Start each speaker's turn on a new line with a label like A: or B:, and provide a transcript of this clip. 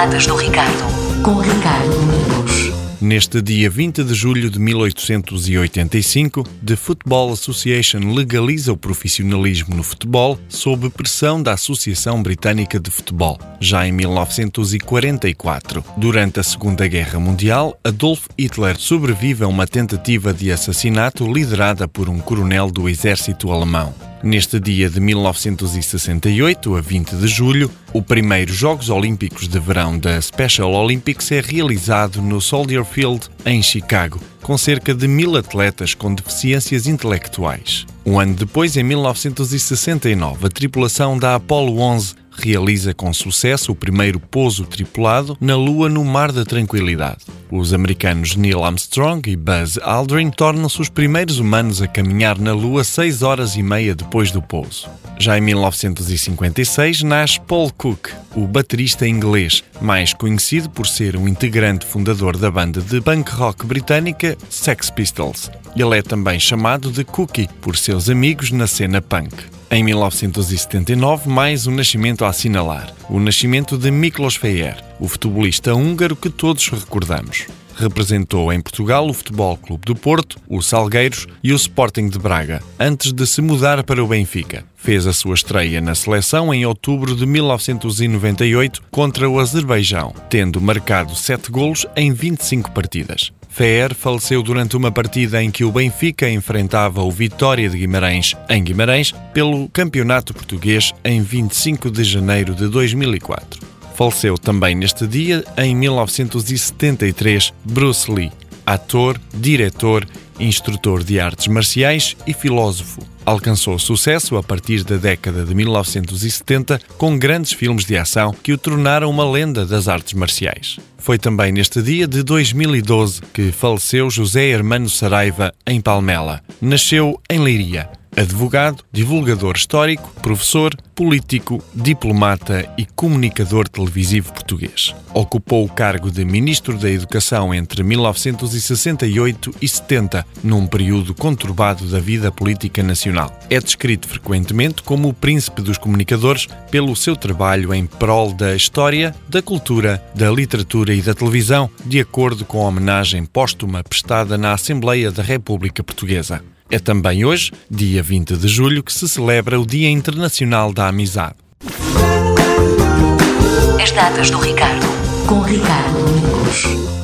A: datas do Ricardo, com Ricardo Domingos.
B: Neste dia 20 de julho de 1885, The Football Association legaliza o profissionalismo no futebol sob pressão da Associação Britânica de Futebol. Já em 1944, durante a Segunda Guerra Mundial, Adolf Hitler sobrevive a uma tentativa de assassinato liderada por um coronel do exército alemão. Neste dia de 1968, a 20 de julho, o primeiro Jogos Olímpicos de Verão da Special Olympics é realizado no Soldier Field, em Chicago, com cerca de 1000 atletas com deficiências intelectuais. Um ano depois, em 1969, a tripulação da Apollo 11 realiza com sucesso o primeiro pouso tripulado na Lua no Mar da Tranquilidade. Os americanos Neil Armstrong e Buzz Aldrin tornam-se os primeiros humanos a caminhar na Lua 6 horas e meia depois do pouso. Já em 1956 nasce Paul Cook, o baterista inglês, mais conhecido por ser um integrante fundador da banda de punk rock britânica Sex Pistols. Ele é também chamado de Cookie por seus amigos na cena punk. Em 1979, mais um nascimento a assinalar, o nascimento de Miklos Fejér, o futebolista húngaro que todos recordamos. Representou em Portugal o Futebol Clube do Porto, o Salgueiros e o Sporting de Braga, antes de se mudar para o Benfica. Fez a sua estreia na seleção em outubro de 1998 contra o Azerbaijão, tendo marcado 7 golos em 25 partidas. Fejér faleceu durante uma partida em que o Benfica enfrentava o Vitória de Guimarães, em Guimarães, pelo Campeonato Português em 25 de janeiro de 2004. Faleceu também neste dia, em 1973, Bruce Lee, ator, diretor, instrutor de artes marciais e filósofo. Alcançou sucesso a partir da década de 1970 com grandes filmes de ação que o tornaram uma lenda das artes marciais. Foi também neste dia de 2012 que faleceu José Hermano Saraiva, em Palmela. Nasceu em Leiria. Advogado, divulgador histórico, professor, político, diplomata e comunicador televisivo português. Ocupou o cargo de Ministro da Educação entre 1968 e 70, num período conturbado da vida política nacional. É descrito frequentemente como o príncipe dos comunicadores pelo seu trabalho em prol da história, da cultura, da literatura e da televisão, de acordo com a homenagem póstuma prestada na Assembleia da República Portuguesa. É também hoje, dia 20 de julho, que se celebra o Dia Internacional da Amizade.
A: As datas do Ricardo, com Ricardo Domingos.